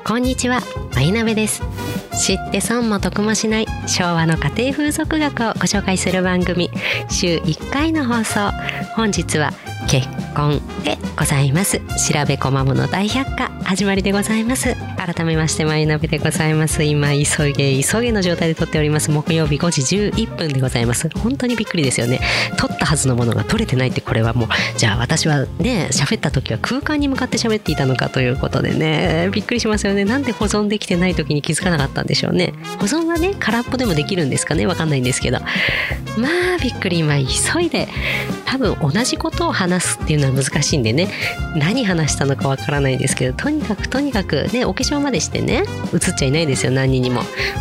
こんにちは、まいなべです。知って損も得もしない昭和の家庭風俗学をご紹介する番組、週1回の放送。本日は結婚でございます。調べこまもの大百科始まりでございます。改めましてまいなべでございます。今急げの状態で撮っております。木曜日5時11分でございます。本当にびっくりですよね。撮ったはずのものが撮れてないって、これはもう、じゃあ私はね、喋った時は空間に向かって喋っていたのかということでね、びっくりしますよね。なんで保存できてない時に気づかなかったんでしょうね。保存はね、空っぽでもできるんですかね、わかんないんですけど、まあびっくり。今急いで、多分同じことを話すっていうのは難しいんでね、何話したのかわからないんですけど、とにかくね、お化粧までしてね、映っちゃいないですよ、何にも。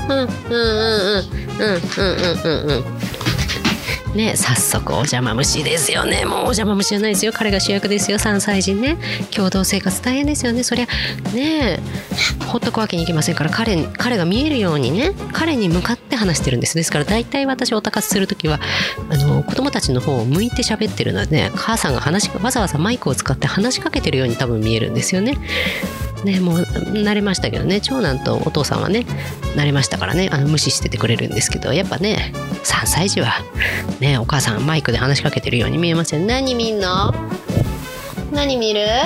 ね、早速お邪魔虫ですよね。もうお邪魔虫じゃないですよ、彼が主役ですよ。3歳児ね、共同生活大変ですよね。そりゃね、ほっとくわけにいきませんから、彼が見えるようにね、彼に向かって話してるんです。ですから大体私おたかつするときは子供たちの方を向いて喋ってるのでね、母さんがわざわざマイクを使って話しかけてるように多分見えるんですよね。ね、もう慣れましたけどね、長男とお父さんはね慣れましたからね、無視しててくれるんですけど、やっぱね3歳児はね、お母さんマイクで話しかけてるように見えますよね。何見んの？何見る？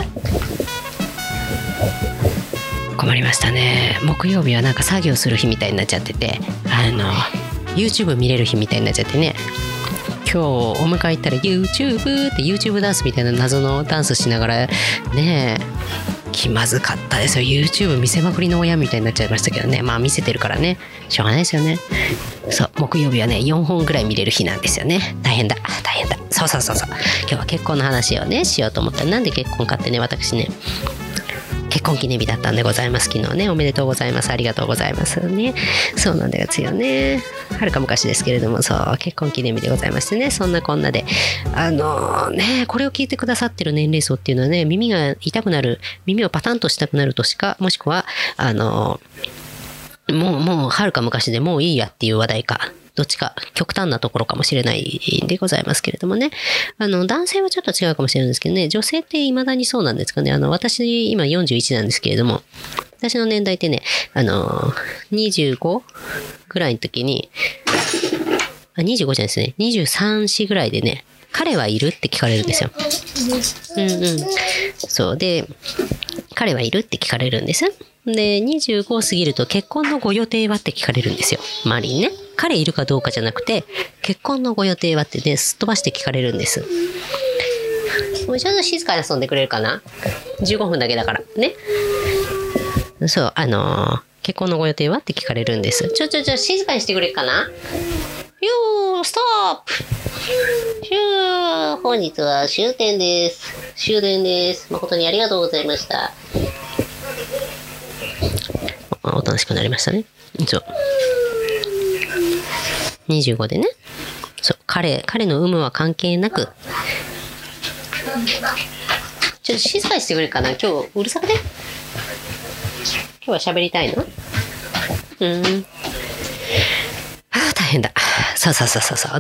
困りましたね。木曜日はなんか作業する日みたいになっちゃってて、YouTube 見れる日みたいになっちゃってね、今日お迎え行ったら YouTube って YouTube ダンスみたいな謎のダンスしながらね、気まずかったですよ。 YouTube 見せまくりの親みたいになっちゃいましたけどね。まあ見せてるからね、しょうがないですよね。そう、木曜日はね4本ぐらい見れる日なんですよね。大変だ。そう今日は結婚の話をねしようと思ったら、なんで結婚かってね、私ね結婚記念日だったんでございます。昨日ね、おめでとうございます、ありがとうございますね。そうなんですよね。はるか昔ですけれども、そう結婚記念日でございましてね、そんなこんなでこれを聞いてくださってる年齢層っていうのはね、耳が痛くなる、耳をパタンとしたくなる年か、もしくはもうはるか昔でもういいやっていう話題か、どっちか極端なところかもしれないでございますけれどもね。男性はちょっと違うかもしれないんですけどね、女性って未だにそうなんですかね。私今41なんですけれども、私の年代ってね、25ぐらいの時に、25じゃないですね、23、4ぐらいでね、彼はいるって聞かれるんですよ。そうで、彼はいるって聞かれるんです。で、25を過ぎると結婚のご予定はって聞かれるんですよ、周りにね。彼いるかどうかじゃなくて、結婚のご予定はってね、すっ飛ばして聞かれるんです。もうちょっと静かに遊んでくれるかな、15分だけだからね。そう、結婚のご予定はって聞かれるんです。ちょ静かにしてくれるかな。ストップ。本日は終電です。誠にありがとうございました。おとなしくなりましたね。そう。25でね。そう。彼の有無は関係なく。ちょっと静かにしてくれるかな。今日うるさくね。今日は喋りたいの？大変だ。そう。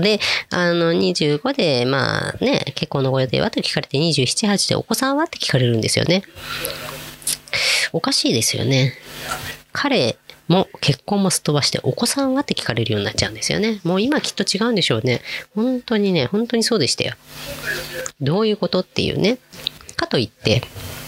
で、25で、まあね、結婚のご予定はって聞かれて、27、8でお子さんはって聞かれるんですよね。おかしいですよね。彼も結婚もすっ飛ばして、お子さんはって聞かれるようになっちゃうんですよね。もう今きっと違うんでしょうね。本当にそうでしたよ。どういうことっていうね。かといって、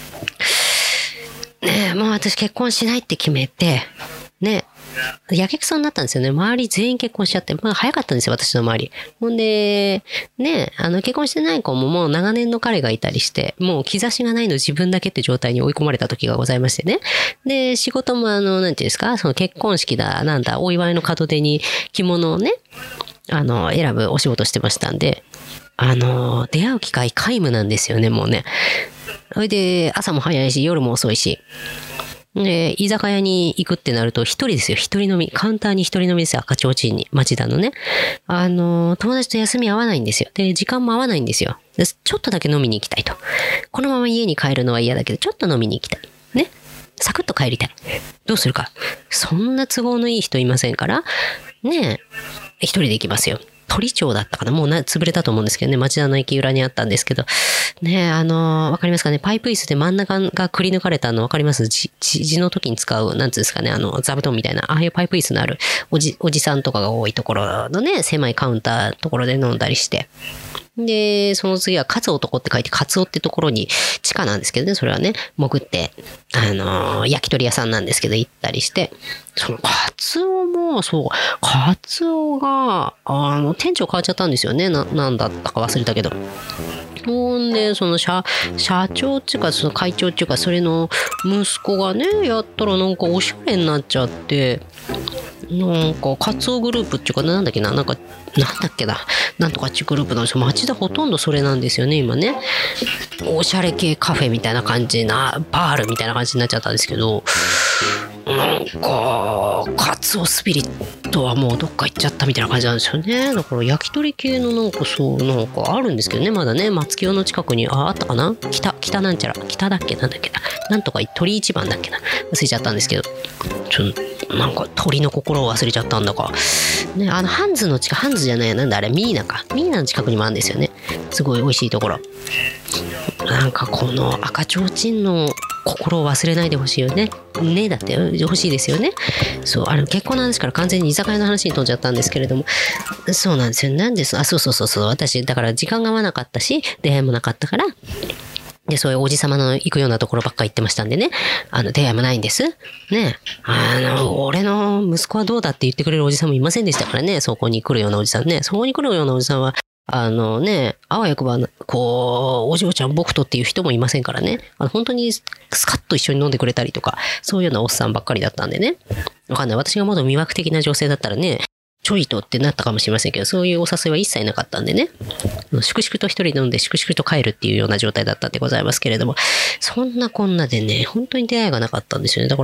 ね、もう私結婚しないって決めて、ね、やけくそになったんですよね。周り全員結婚しちゃって。まあ早かったんですよ、私の周り。ほんで、ね、結婚してない子ももう長年の彼がいたりして、もう兆しがないの自分だけって状態に追い込まれた時がございましてね。で、仕事もなんていうんですか、その結婚式だ、お祝いの門出に着物をね、選ぶお仕事してましたんで、出会う機会皆無なんですよね、もうね。それで、朝も早いし、夜も遅いし。で、居酒屋に行くってなると一人ですよ。一人飲み。カウンターに一人飲みですよ。赤ちょうちんに。町田のね。友達と休み合わないんですよ。で、時間も合わないんですよ。で、ちょっとだけ飲みに行きたいと。このまま家に帰るのは嫌だけど、ちょっと飲みに行きたい。ね。サクッと帰りたい。どうするか。そんな都合のいい人いませんから。ねえ。一人で行きますよ。 鳥町だったかな、もう潰れたと思うんですけどね、町田の駅裏にあったんですけど、ね、わかりますかね、パイプ椅子で真ん中がくり抜かれたわかります？字の時に使う、なんつうんですかね、座布団みたいな、ああいうパイプ椅子のあるおじさんとかが多いところのね、狭いカウンターところで飲んだりして、で、その次は、カツオとこって書いて、カツオってところに、地下なんですけどね、それはね、潜って、焼き鳥屋さんなんですけど、行ったりして、そのカツオも、そう、カツオが、店長変わっちゃったんですよね。なんだったか忘れたけど。ほんで、その社長っていうか、その会長っていうか、それの息子がね、やったらなんかおしゃれになっちゃって、なんか、カツオグループっていうか、なんだっけな、なんだっけな、なんとかっちゅうグループなんですよ。町田ほとんどそれなんですよね、今ね。おしゃれ系カフェみたいな感じな、バールみたいな感じになっちゃったんですけど、なんか、カツオスピリットはもうどっか行っちゃったみたいな感じなんですよね。だから焼き鳥系のなんかそう、なんかあるんですけどね、まだね、松清の近くに、あったかな、北なんちゃら、北だっけなんだっけな、なんとか鳥一番だっけな、忘れちゃったんですけど、なんか鳥の心を忘れちゃったんだか。ね、ハンズじゃない、なんだあれ、ミーナの近くにもあるんですよね。すごい美味しいところ。なんかこの赤ちょうちんの心を忘れないでほしいよね。ね、だって欲しいですよね。そう、結婚の話から完全に居酒屋の話に飛んじゃったんですけれども、そうなんですよ。なんです。そう。私、だから時間が合わなかったし、出会いもなかったから、で、そういうおじさまの行くようなところばっか行ってましたんでね。出会いもないんです。ね。俺の息子はどうだって言ってくれるおじさんもいませんでしたからね。そこに来るようなおじさんね。そこに来るようなおじさんは、あわよくば、お嬢ちゃん僕とっていう人もいませんからね。本当にスカッと一緒に飲んでくれたりとか、そういうようなおっさんばっかりだったんでね。わかんない。私がもっと魅惑的な女性だったらね、ちょいとってなったかもしれませんけど、そういうお誘いは一切なかったんでね。粛々と一人飲んで粛々と帰るっていうような状態だったんでございますけれども、そんなこんなでね、本当に出会いがなかったんですよね。だから、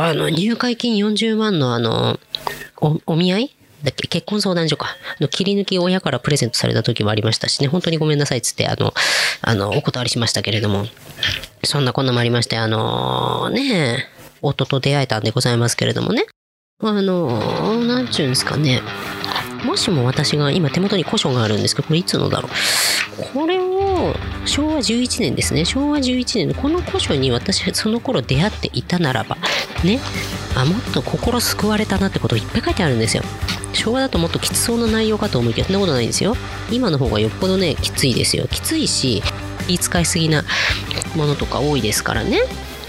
入会金40万のお見合いだっけ、結婚相談所か。切り抜き親からプレゼントされた時もありましたしね、本当にごめんなさいっつって、お断りしましたけれども、そんなこんなもありまして、夫と出会えたんでございますけれどもね。なんちゅうんですかね。もしも私が今手元に古書があるんですけど、これいつのだろう。これを昭和11年ですね。昭和11年のこの古書に私その頃出会っていたならば、ね。もっと心救われたなってことをいっぱい書いてあるんですよ。昭和だともっときつそうな内容かと思いきやそんなことないんですよ。今の方がよっぽどね、きついですよ。きついし、言い使いすぎなものとか多いですからね。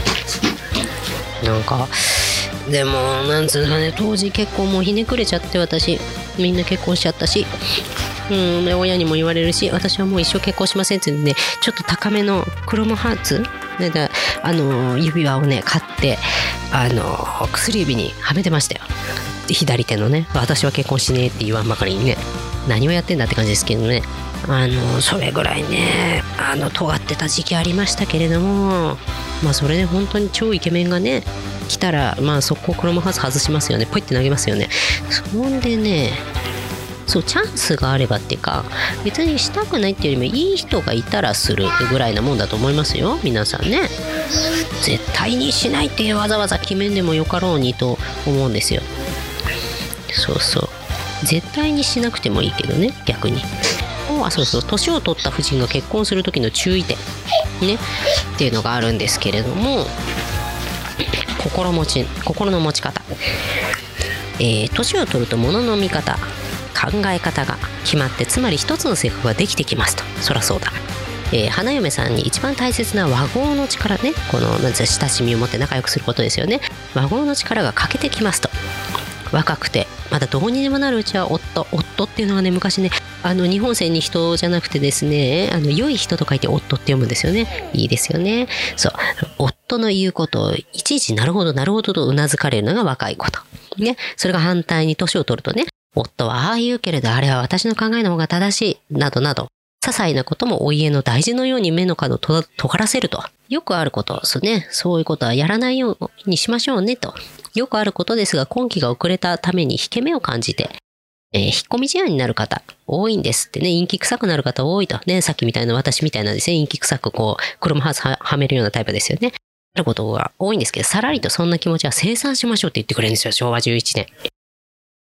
なんか、でも、なんつうのかね、当時結構もうひねくれちゃって私、みんな結婚しちゃったし、親にも言われるし、私はもう一生結婚しませんってね、ちょっと高めのクロムハーツ指輪をね、買って、薬指にはめてましたよ。左手のね、私は結婚しねえって言わんばかりにね、何をやってんだって感じですけどね。それぐらいね、尖ってた時期ありましたけれども、まあそれで本当に超イケメンがね、来たら、まあ速攻クロムハーツ外しますよね。ポイって投げますよね。そんでね、そう、チャンスがあればっていうか、別にしたくないっていうよりもいい人がいたらするぐらいなもんだと思いますよ。皆さんね。絶対にしないってわざわざ決めんでもよかろうにと思うんですよ。そうそう。絶対にしなくてもいいけどね、逆に。そうそう、年を取った夫人が結婚する時の注意点ねっていうのがあるんですけれども、心の持ち方、年を取ると物の見方、考え方が決まって、つまり一つの性格ができてきますと。そらそうだ。花嫁さんに一番大切な和合の力ね、この親しみを持って仲良くすることですよね。和合の力が欠けてきますと。若くてまだどうにでもなるうちは夫っていうのはね、昔ね、日本戦に人じゃなくてですね、良い人と書いて夫って読むんですよね。いいですよね。そう、夫の言うことをいちいちなるほどとうなずかれるのが若いことね。それが反対に年を取るとね、夫はああ言うけれどあれは私の考えの方が正しいなどなど、些細なこともお家の大事のように目の角を尖らせると。よくあることですね。そういうことはやらないようにしましょうねと。よくあることですが、今期が遅れたために引け目を感じて、引っ込み思案になる方多いんですってね。陰気臭くなる方多いとね。さっきみたいな、私みたいなですね、陰気臭くクロムハーツはめるようなタイプですよね。あることが多いんですけど、さらりとそんな気持ちは清算しましょうって言ってくれるんですよ。昭和11年。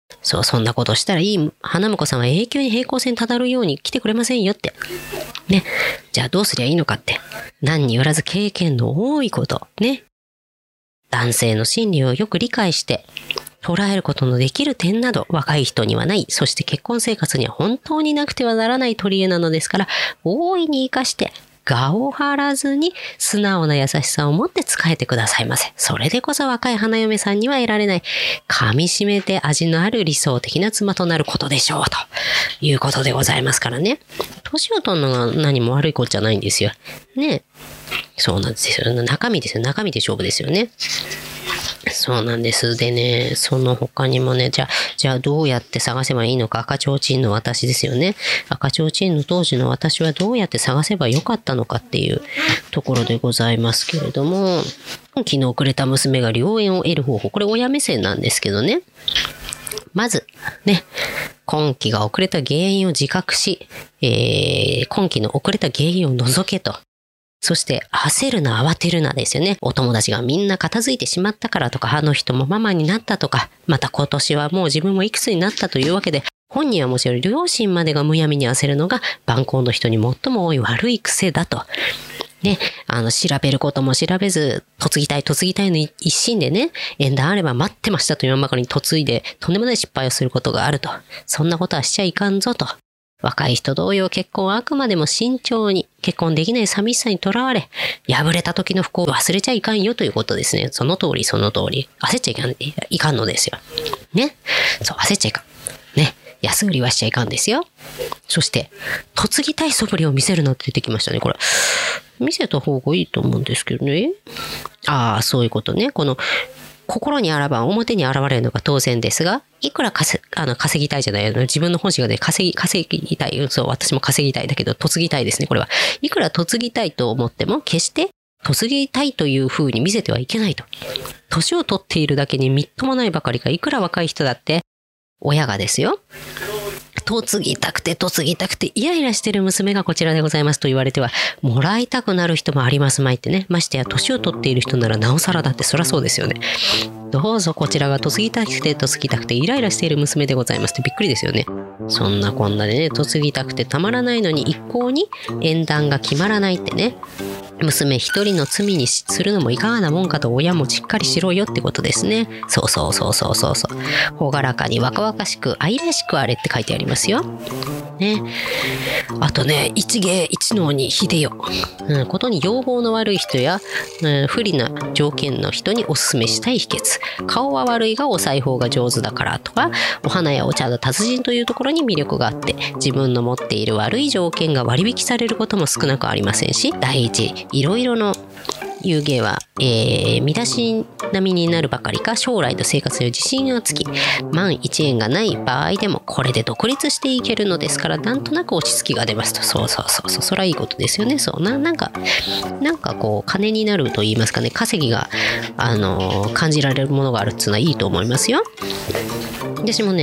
そう、そんなことしたら花婿さんは永久に平行線たどるように来てくれませんよって。ね。じゃあどうすりゃいいのかって。何によらず経験の多いこと。ね。男性の心理をよく理解して、捉えることのできる点など若い人にはない、そして結婚生活には本当になくてはならない取り柄なのですから、大いに活かして、我を張らずに素直な優しさを持って仕えてくださいませ。それでこそ若い花嫁さんには得られない、噛み締めて味のある理想的な妻となることでしょう、ということでございますからね。年を取るのが何も悪いことじゃないんですよ。ね。そうなんですよ。中身ですよ。中身で勝負ですよね。そうなんです。でね、その他にもね、じゃあどうやって探せばいいのか、赤ちょうちんの私ですよね。赤ちょうちんの当時の私はどうやって探せばよかったのかっていうところでございますけれども、昨日くれた娘が良縁を得る方法、これ親目線なんですけどね。まず、ね、婚期が遅れた原因を自覚し、婚期の遅れた原因を除けと。そして焦るな慌てるなですよね。お友達がみんな片付いてしまったからとか、あの人もママになったとか、また今年はもう自分もいくつになったというわけで、本人はもちろん両親までがむやみに焦るのが晩婚の人に最も多い悪い癖だと。ね、調べることも調べず、嫁ぎたいの一心でね、縁談あれば待ってましたと言わんばかりに嫁いで、とんでもない失敗をすることがあると。そんなことはしちゃいかんぞと。若い人同様結婚はあくまでも慎重に、結婚できない寂しさにとらわれ、破れた時の不幸を忘れちゃいかんよということですね。その通り。焦っちゃいかんのですよ。ね。そう、焦っちゃいかん。ね。安売りはしちゃいかんですよ。そして、嫁ぎたい素振りを見せるなって出てきましたね、これ。見せた方がいいと思うんですけどね。ああ、そういうことね。この、心にあらば表に現れるのが当然ですが、いくら稼ぎたいじゃない、自分の本心がね、稼ぎたい。そう、私も稼ぎたいだけど、嫁ぎたいですね、これは。いくら嫁ぎたいと思っても、決して、嫁ぎたいという風に見せてはいけないと。年を取っているだけにみっともないばかりか、いくら若い人だって、親がですよ。嫁ぎたくてイライラしてる娘がこちらでございますと言われては、もらいたくなる人もありますまいってね。ましてや年を取っている人ならなおさらだって、そりゃそうですよね。どうぞこちらが嫁ぎたくてイライラしている娘でございますってびっくりですよね。そんなこんなでね、嫁ぎたくてたまらないのに一向に縁談が決まらないってね。娘一人の罪にするのもいかがなもんかと、親もしっかりしろよってことですね。そう。ほがらかに若々しく愛らしくあれって書いてありますよ。ね。あとね、一芸一能に秀よ。ことに要望の悪い人や、不利な条件の人にお勧めしたい秘訣。顔は悪いがお裁縫が上手だからとか、お花やお茶の達人というところに魅力があって、自分の持っている悪い条件が割引されることも少なくありませんし、第一、いろいろの有芸は、見出し並みになるばかりか、将来の生活に自信がつき、万一円がない場合でもこれで独立していけるのですから、なんとなく落ち着きが出ますと。そう、それはいいことですよね。そうなんかこう金になると言いますかね、稼ぎが感じられるものがあるっていうのはいいと思いますよ。私もね、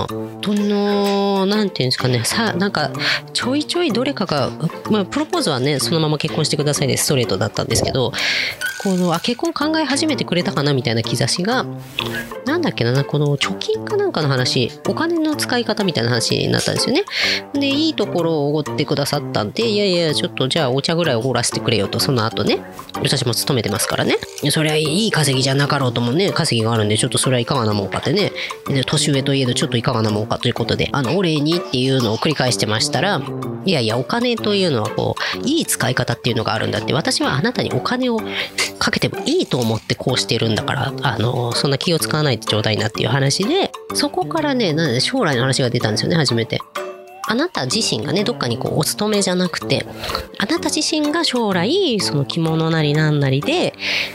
なんていうんですかね、なんかちょいちょいどれかが、プロポーズはね、そのまま結婚してくださいでストレートだったんですけど、結婚考え始めてくれたかなみたいな兆しが、なんだっけな、この貯金かなんかの話、お金の使い方みたいな話になったんですよね。で、いいところをおごってくださったんで、いやちょっとじゃあお茶ぐらいおごらせてくれよと。その後ね、私も勤めてますからね、そりゃいい稼ぎじゃなかろうともね、稼ぎがあるんで、ちょっとそれはいかがなもんかってね、で年上といえどちょっといかがなもんかということで、お礼にっていうのを繰り返してましたら、いやお金というのはこういい使い方っていうのがあるんだって、私はあなたにお金をかけてもいいと思ってこうしてるんだから、そんな気を使わないでちょうだいなっていう話で、そこからね、将来の話が出たんですよね、初めて。あなた自身がね、どっかにこうお勤めじゃなくて、あなた自身が将来その着物なりなんなりで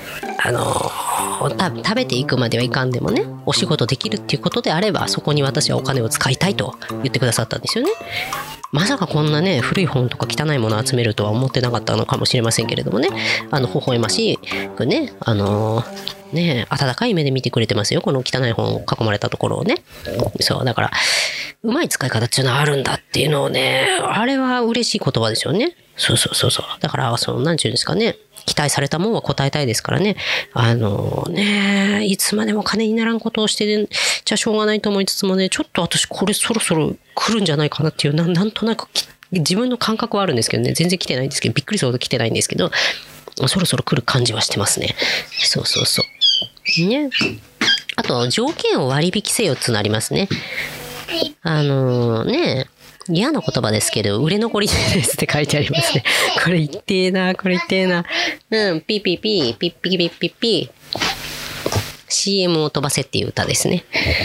食べていくまではいかんでもね、お仕事できるっていうことであれば、そこに私はお金を使いたいと言ってくださったんですよね。まさかこんなね、古い本とか汚いものを集めるとは思ってなかったのかもしれませんけれどもね、微笑ましくね、温かい目で見てくれてますよ、この汚い本を囲まれたところをね。そう、だからうまい使い方っていうのはあるんだっていうのをね、あれは嬉しい言葉ですよね。そう。だからなんていうんですかね、 期待されたもんは答えたいですからね。いつまでも金にならんことをしてじゃしょうがないと思いつつもね、ちょっと私これそろそろ来るんじゃないかなっていう、なんとなく自分の感覚はあるんですけどね、全然来てないんですけど、びっくりするほど来てないんですけど、そろそろ来る感じはしてますね。そうそうそう。ね。あと、条件を割引せよってなりますね。嫌な言葉ですけど、売れ残りですって書いてありますね。これ言ってえな、これ言ってえな。ピーピーピー、ピッピキピッピッピー。CM を飛ばせっていう歌ですね。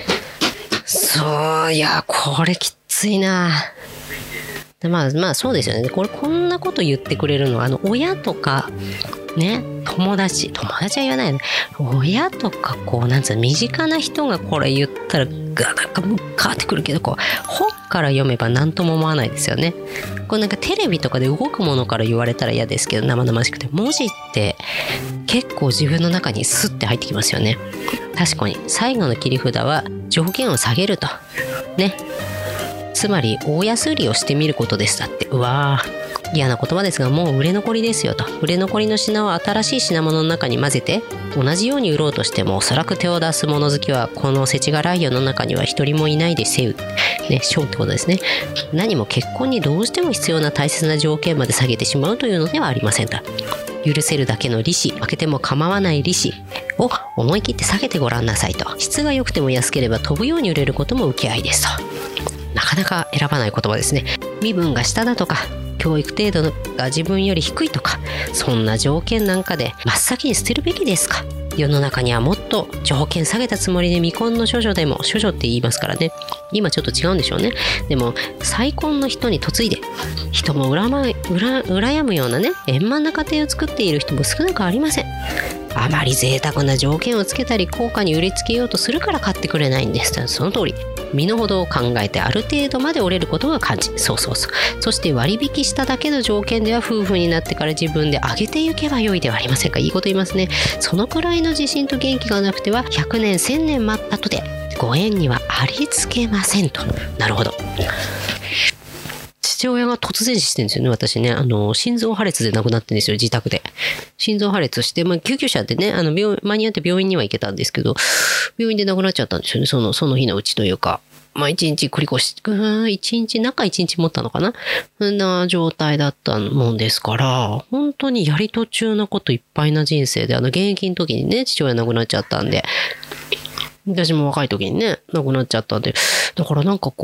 そう、いや、これきついな。まあそうですよね。こんなこと言ってくれるのは、親とか、ね、友達は言わないの。親とか、身近な人がこれ言ったら、なんか変わってくるけど、本から読めば何とも思わないですよね。なんかテレビとかで動くものから言われたら嫌ですけど、生々しくて、文字って結構自分の中にスッて入ってきますよね。確かに、最後の切り札は条件を下げると。ね。つまり大安売りをしてみることです。だって、うわー、嫌な言葉ですが、もう売れ残りですよと。売れ残りの品を新しい品物の中に混ぜて同じように売ろうとしても、おそらく手を出す物好きはこの世知辛い世の中には一人もいないでせうね、ショーってことですね。何も結婚にどうしても必要な大切な条件まで下げてしまうというのではありませんと。許せるだけの利子、負けても構わない利子を思い切って下げてごらんなさいと。質が良くても安ければ飛ぶように売れることも受け合いですと。なかなか選ばない言葉ですね。身分が下だとか、教育程度が自分より低いとか、そんな条件なんかで真っ先に捨てるべきですか。世の中にはもっと条件下げたつもりで未婚の処女でも、処女って言いますからね、今ちょっと違うんでしょうね。でも再婚の人に嫁いで人も羨むようなね、円満な家庭を作っている人も少なくありません。あまり贅沢な条件をつけたり高価に売りつけようとするから買ってくれないんです。その通り。身の程を考えてある程度まで折れることが肝心。そう。そして割引しただけの条件では夫婦になってから自分で上げていけばよいではありませんか。いいこと言いますね。そのくらいの自信と元気がなくては100年1000年待ったとてご縁にはありつけませんと。なるほど。父親が突然死してるんですよね、私ね。心臓破裂で亡くなってるんですよ、自宅で。心臓破裂して、救急車でね、間に合って病院には行けたんですけど、病院で亡くなっちゃったんですよね、その日のうちというか。一日繰り越し、中一日持ったのかな、そんな状態だったもんですから、本当にやり途中なこといっぱいな人生で、現役の時にね、父親亡くなっちゃったんで、私も若い時にね、亡くなっちゃったんで、だからなんか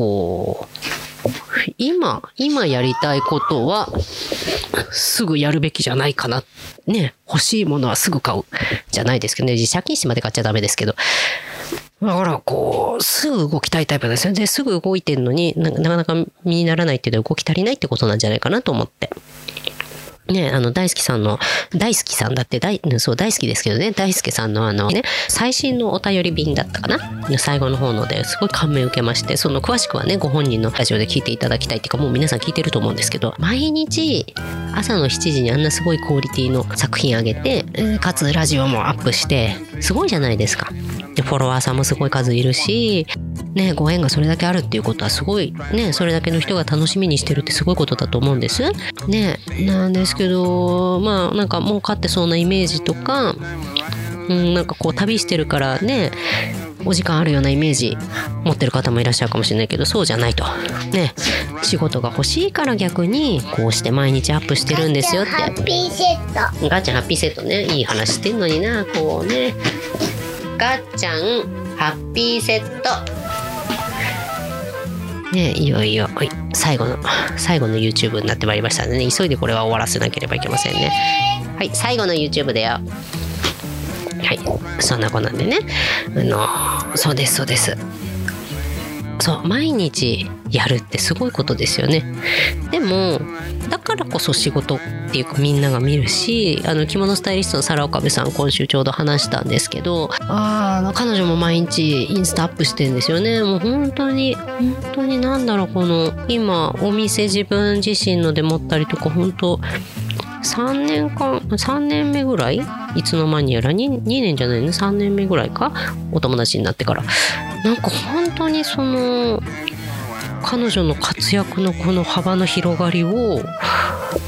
今やりたいことはすぐやるべきじゃないかな。ね、欲しいものはすぐ買うじゃないですけどね、借金してまで買っちゃダメですけど。だからすぐ動きたいタイプですよね。すぐ動いてるのになかなか身にならないっていうのは動き足りないってことなんじゃないかなと思って。ね、大好きさんだって、そう、大好きですけどね、大輔さんの最新のお便り便だったかな、最後の方のですごい感銘を受けまして、詳しくはね、ご本人のラジオで聞いていただきたいっていうか、もう皆さん聞いてると思うんですけど、毎日、朝の7時にあんなすごいクオリティの作品上げて、かつラジオもアップして、すごいじゃないですか。で、フォロワーさんもすごい数いるし、ね、ご縁がそれだけあるっていうことはすごい、ね、それだけの人が楽しみにしてるってすごいことだと思うんです。ね、なんですけど、なんか儲かってそうなイメージとか、なんか旅してるからね、お時間あるようなイメージ持ってる方もいらっしゃるかもしれないけど、そうじゃないと。ね、仕事が欲しいから逆にこうして毎日アップしてるんですよって。 ガッチャンハッピーセット。 ガッチャンハッピーセットね、いい話してんのにな、ね。ガッチャンハッピーセット。ね、いよいよ最後の YouTube になってまいりましたのでね、急いでこれは終わらせなければいけませんね。はい、最後の YouTube だよ。はい、そんな子なんでね、そうです。そう、毎日やるってすごいことですよね。でもだからこそ仕事っていうかみんなが見るし、着物スタイリストの皿岡部さん今週ちょうど話したんですけど、彼女も毎日インスタアップしてるんですよね。もう本当になんだろう、今お店自分自身ので持ったりとか、本当3年目ぐらい、いつの間にやら 2年じゃないね、3年目ぐらいか、お友達になってから、なんか本当に彼女の活躍のこの幅の広がりを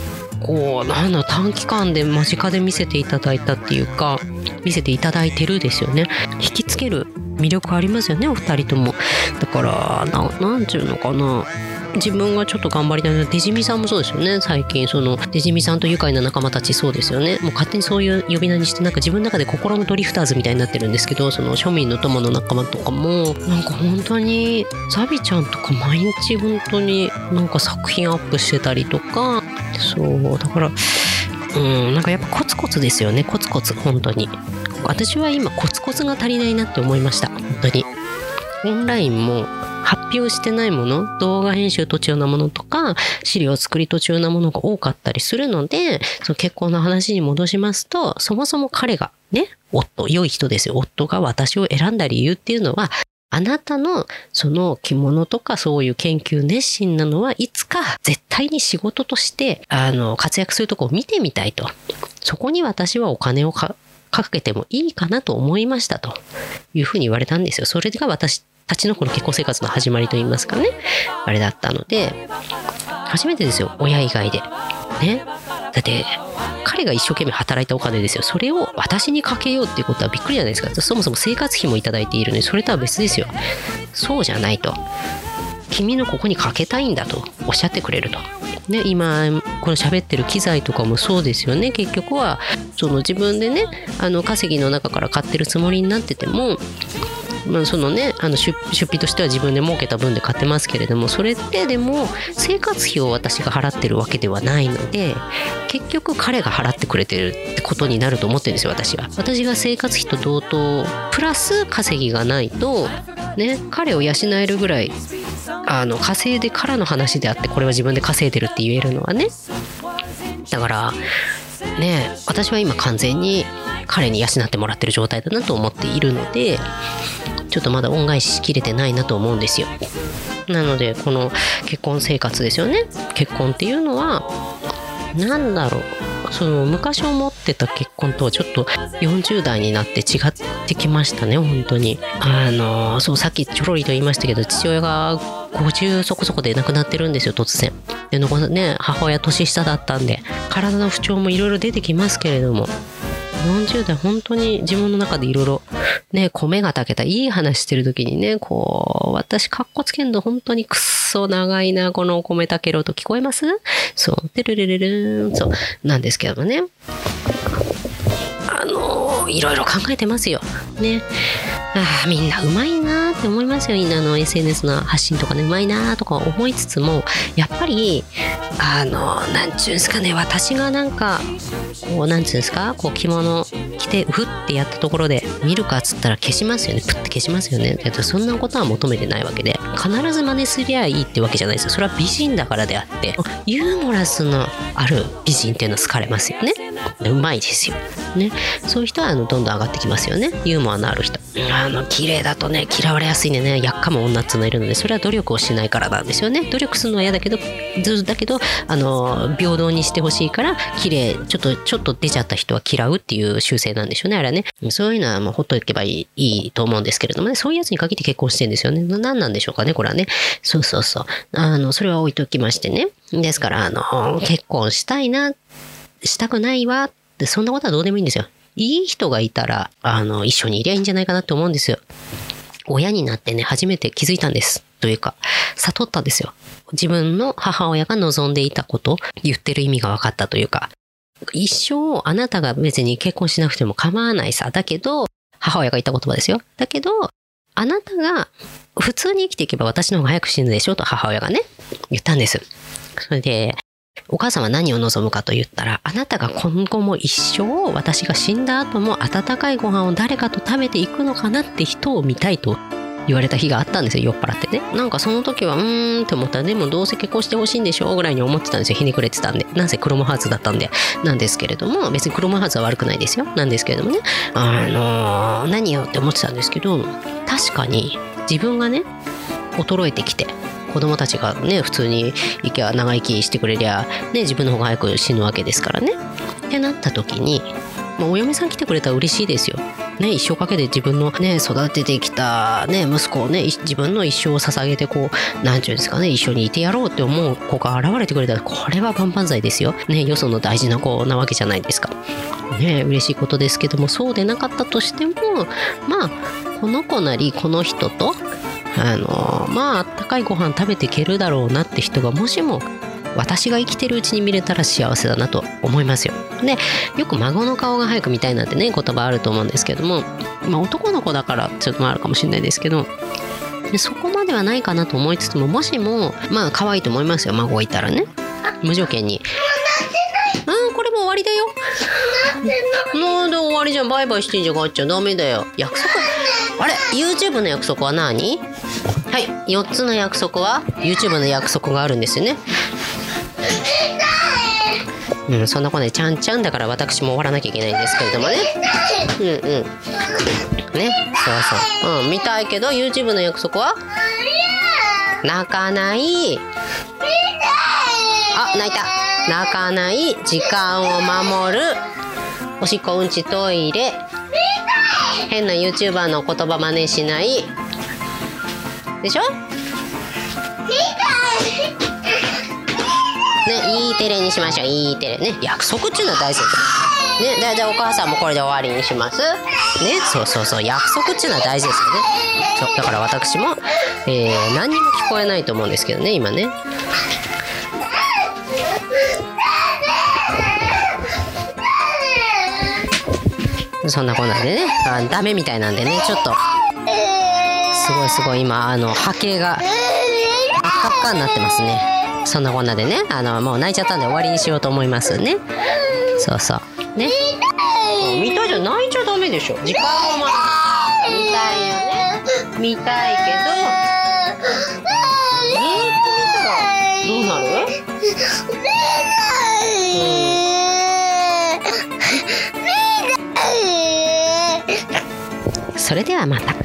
短期間で間近で見せていただいたっていうか、見せていただいてるですよね。引きつける魅力ありますよね、お二人とも。だからなんていうのかな、自分がちょっと頑張りたいな。デジミさんもそうですよね。最近デジミさんと愉快な仲間たちそうですよね。もう勝手にそういう呼び名にして、なんか自分の中で心のドリフターズみたいになってるんですけど、庶民の友の仲間とかもなんか本当にザビちゃんとか毎日本当になんか作品アップしてたりとか、そうだからなんかやっぱコツコツですよね。コツコツ、本当に私は今コツコツが足りないなって思いました。本当にオンラインも発表してないもの、動画編集途中なものとか資料作り途中なものが多かったりするので、結婚の話に戻しますと、そもそも彼がね、良い人ですよ。夫が私を選んだ理由っていうのは、あなたのその着物とかそういう研究熱心なのはいつか絶対に仕事として活躍するとこを見てみたいと。そこに私はお金をかけてもいいかなと思いましたというふうに言われたんですよ。それが私たちのこの結婚生活の始まりといいますかね、あれだったので、初めてですよ、親以外でね。だって彼が一生懸命働いたお金ですよ。それを私にかけようっていうことはびっくりじゃないですか。そもそも生活費もいただいているのに、それとは別ですよ。そうじゃないと、君のここにかけたいんだとおっしゃってくれるとね。今この喋ってる機材とかもそうですよね。結局は自分でね、稼ぎの中から買ってるつもりになってても、出費としては自分で儲けた分で買ってますけれども、それってでも生活費を私が払ってるわけではないので、結局彼が払ってくれてるってことになると思ってるんですよ。私が生活費と同等プラス稼ぎがないとね、彼を養えるぐらい稼いでからの話であって、これは自分で稼いでるって言えるのはね。だからね、私は今完全に彼に養ってもらってる状態だなと思っているので、ちょっとまだ恩返ししきれてないなと思うんですよ。なのでこの結婚生活ですよね。結婚っていうのはなんだろう、昔思ってた結婚とはちょっと40代になって違ってきましたね。本当にさっきちょろりと言いましたけど、父親が50そこそこで亡くなってるんですよ、突然。でね、母親年下だったんで体の不調もいろいろ出てきますけれども、40代本当に自分の中でいろいろね、米が炊けたいい話してる時にね、私かっこつけんの本当にくっそ長いな、このお米炊ける音聞こえます？そう、てるるるるーん、そうなんですけどもね、いろいろ考えてますよね。みんなうまいなって思いますよ。みんなSNS の発信とかね、うまいなとか思いつつも、やっぱりなんちゅうんですかね、私がなんかなんちゅうんですか、着物着てふってやったところで見るかっつったら消しますよね。プッて消しますよね。そんなことは求めてないわけで、必ず真似すりゃいいってわけじゃないですよ。それは美人だからであって、ユーモラスのある美人っていうのは好かれますよね。うまいですよね。そういう人はどんどん上がってきますよね。ユーモアのある人。綺麗だとね、嫌われやすいね、やっかむ女っつうのいるので、それは努力をしないからなんですよね。努力するのは嫌だけど平等にしてほしいから、綺麗ちょっと出ちゃった人は嫌うっていう習性なんでしょうね、あれはね。そういうのはもうほっといけばいいと思うんですけれどもね。そういうやつに限って結婚してるんですよね。何なんでしょうかね、これはね。そう。それは置いときましてね。ですから結婚したいな、したくないわって、そんなことはどうでもいいんですよ。いい人がいたら一緒にいりゃいいんじゃないかなって思うんですよ。親になってね、初めて気づいたんです。というか悟ったんですよ。自分の母親が望んでいたこと、言ってる意味が分かったというか、一生あなたが別に結婚しなくても構わないさ。だけど、母親が言った言葉ですよ。だけどあなたが普通に生きていけば私の方が早く死ぬでしょと母親がね言ったんです。それでお母さんは何を望むかと言ったら、あなたが今後も一生私が死んだ後も温かいご飯を誰かと食べていくのかなって人を見たいと言われた日があったんですよ。酔っ払ってね。なんかその時はって思ったら、でもどうせ結婚してほしいんでしょうぐらいに思ってたんですよ。ひねくれてたんで。なんせクロムハーツだったんでなんですけれども、別にクロムハーツは悪くないですよ。なんですけれどもね、何よって思ってたんですけど、確かに自分がね衰えてきて、子供たちがね普通に長生きしてくれりゃね、自分の方が早く死ぬわけですからねってなった時に、お嫁さん来てくれたら嬉しいですよ。 ね、一生かけて自分のね育ててきたね息子をね自分の一生を捧げてこうなんていうんですかね、一緒にいてやろうって思う子が現れてくれたら、これは万々歳ですよね。よその大事な子なわけじゃないですかね。嬉しいことですけども、そうでなかったとしてもまあこの子なりこの人とまああったかいご飯食べていけるだろうなって人がもしも私が生きてるうちに見れたら幸せだなと思いますよ。で、よく孫の顔が早く見たいなんてね言葉あると思うんですけども、まあ男の子だからちょっとあるかもしれないですけど、でそこまではないかなと思いつつも、もしもまあ可愛いと思いますよ、孫がいたらね、無条件に。これも終わりだよ。なんで終わりじゃん、バイバイしてんじゃん、ガッチャダメだよ。約束、あれ YouTube の約束は何？はい、4つの約束は YouTube の約束があるんですよね。そんなことでちゃんちゃんだから私も終わらなきゃいけないんですけれどもね。ね、そうそう、見たいけど YouTube の約束は泣かない。あ、泣いた。泣かない、時間を守る、おしっこうんちトイレ、変な YouTuber の言葉真似しないでしょ。ね、Eテレにしましょう。Eテレね、約束っていうのは大切ね。じゃあお母さんもこれで終わりにしますね。そうそうそう、約束っていうのは大事ですよね。そうだから私も、何にも聞こえないと思うんですけどね今ね。そんなこんなんでね、ダメみたいなんでね、ちょっとすごい今波形が真っ赤っかになってますね。そんなこんなでね、もう泣いちゃったんで終わりにしようと思いますね。そうそうね、見たいじゃん、泣いちゃダメでしょ。時間を見たいよね、見たいけどずっと見たらどうなる？それではまた。